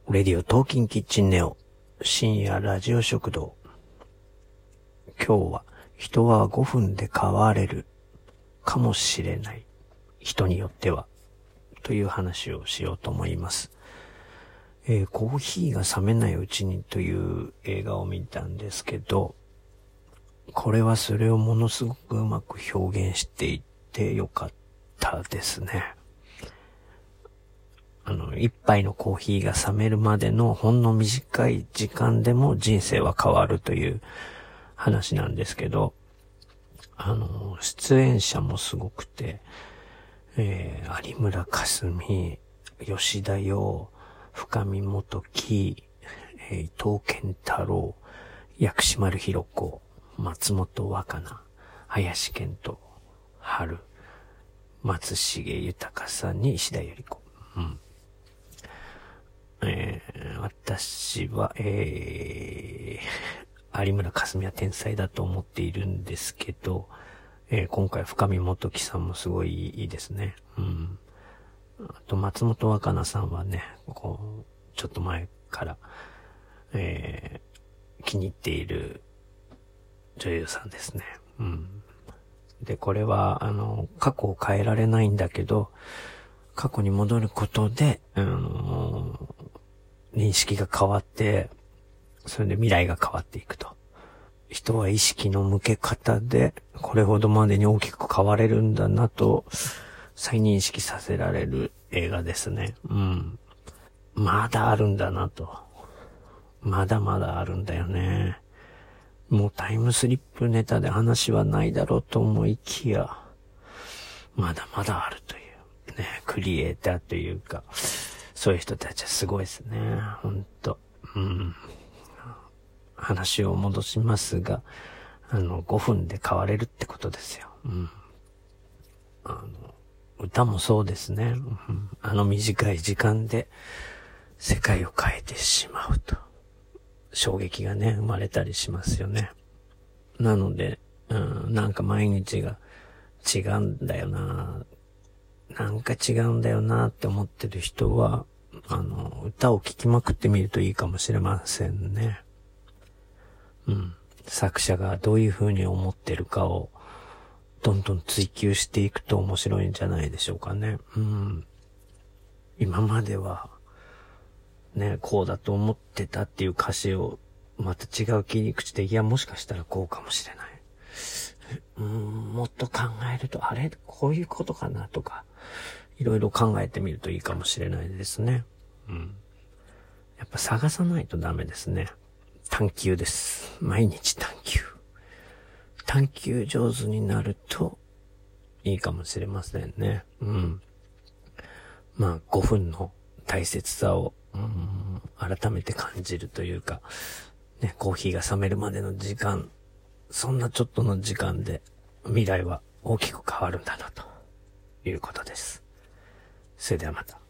レディオトーキンキッチンネオ深夜ラジオ食堂。今日は人は5分で変われるかもしれない、人によってはという話をしようと思います。コーヒーが冷めないうちにという映画を見たんですけど、これはそれをものすごくうまく表現していてよかったですね。一杯のコーヒーが冷めるまでのほんの短い時間でも人生は変わるという話なんですけど、出演者もすごくて、有村架純、吉田羊、深見元樹、伊藤健太郎、薬師丸ひろ子、松本若菜、林遣都、春、松重豊さんに石田ゆり子。私は、有村架純は天才だと思っているんですけど、今回深見元樹さんもすごいいいですね。あと松本若菜さんはね、ちょっと前から、気に入っている女優さんですね。で、これは、過去を変えられないんだけど、過去に戻ることで、認識が変わって、それで未来が変わっていくと。人は意識の向け方で、これほどまでに大きく変われるんだなと、再認識させられる映画ですね。まだあるんだなと。まだまだあるんだよね。もうタイムスリップネタで話はないだろうと思いきや、まだまだあるという。ね、クリエイターというか、そういう人たちはすごいですね。ほんと。話を戻しますが、5分で変われるってことですよ。歌もそうですね。短い時間で世界を変えてしまうと。衝撃がね、生まれたりしますよね。なので、なんか毎日が違うんだよな、なんか違うんだよなって思ってる人は、歌を聴きまくってみるといいかもしれませんね。作者がどういう風に思ってるかをどんどん追求していくと面白いんじゃないでしょうかね。今まではね、こうだと思ってたっていう歌詞をまた違う切り口で、いや、もしかしたらこうかもしれない。もっと考えると、あれこういうことかなとか、いろいろ考えてみるといいかもしれないですね。やっぱ探さないとダメですね。探求です。毎日探求。探求上手になるといいかもしれませんね。まあ5分の大切さを改めて感じるというか、ね、コーヒーが冷めるまでの時間、そんなちょっとの時間で未来は大きく変わるんだなということです。それではまた。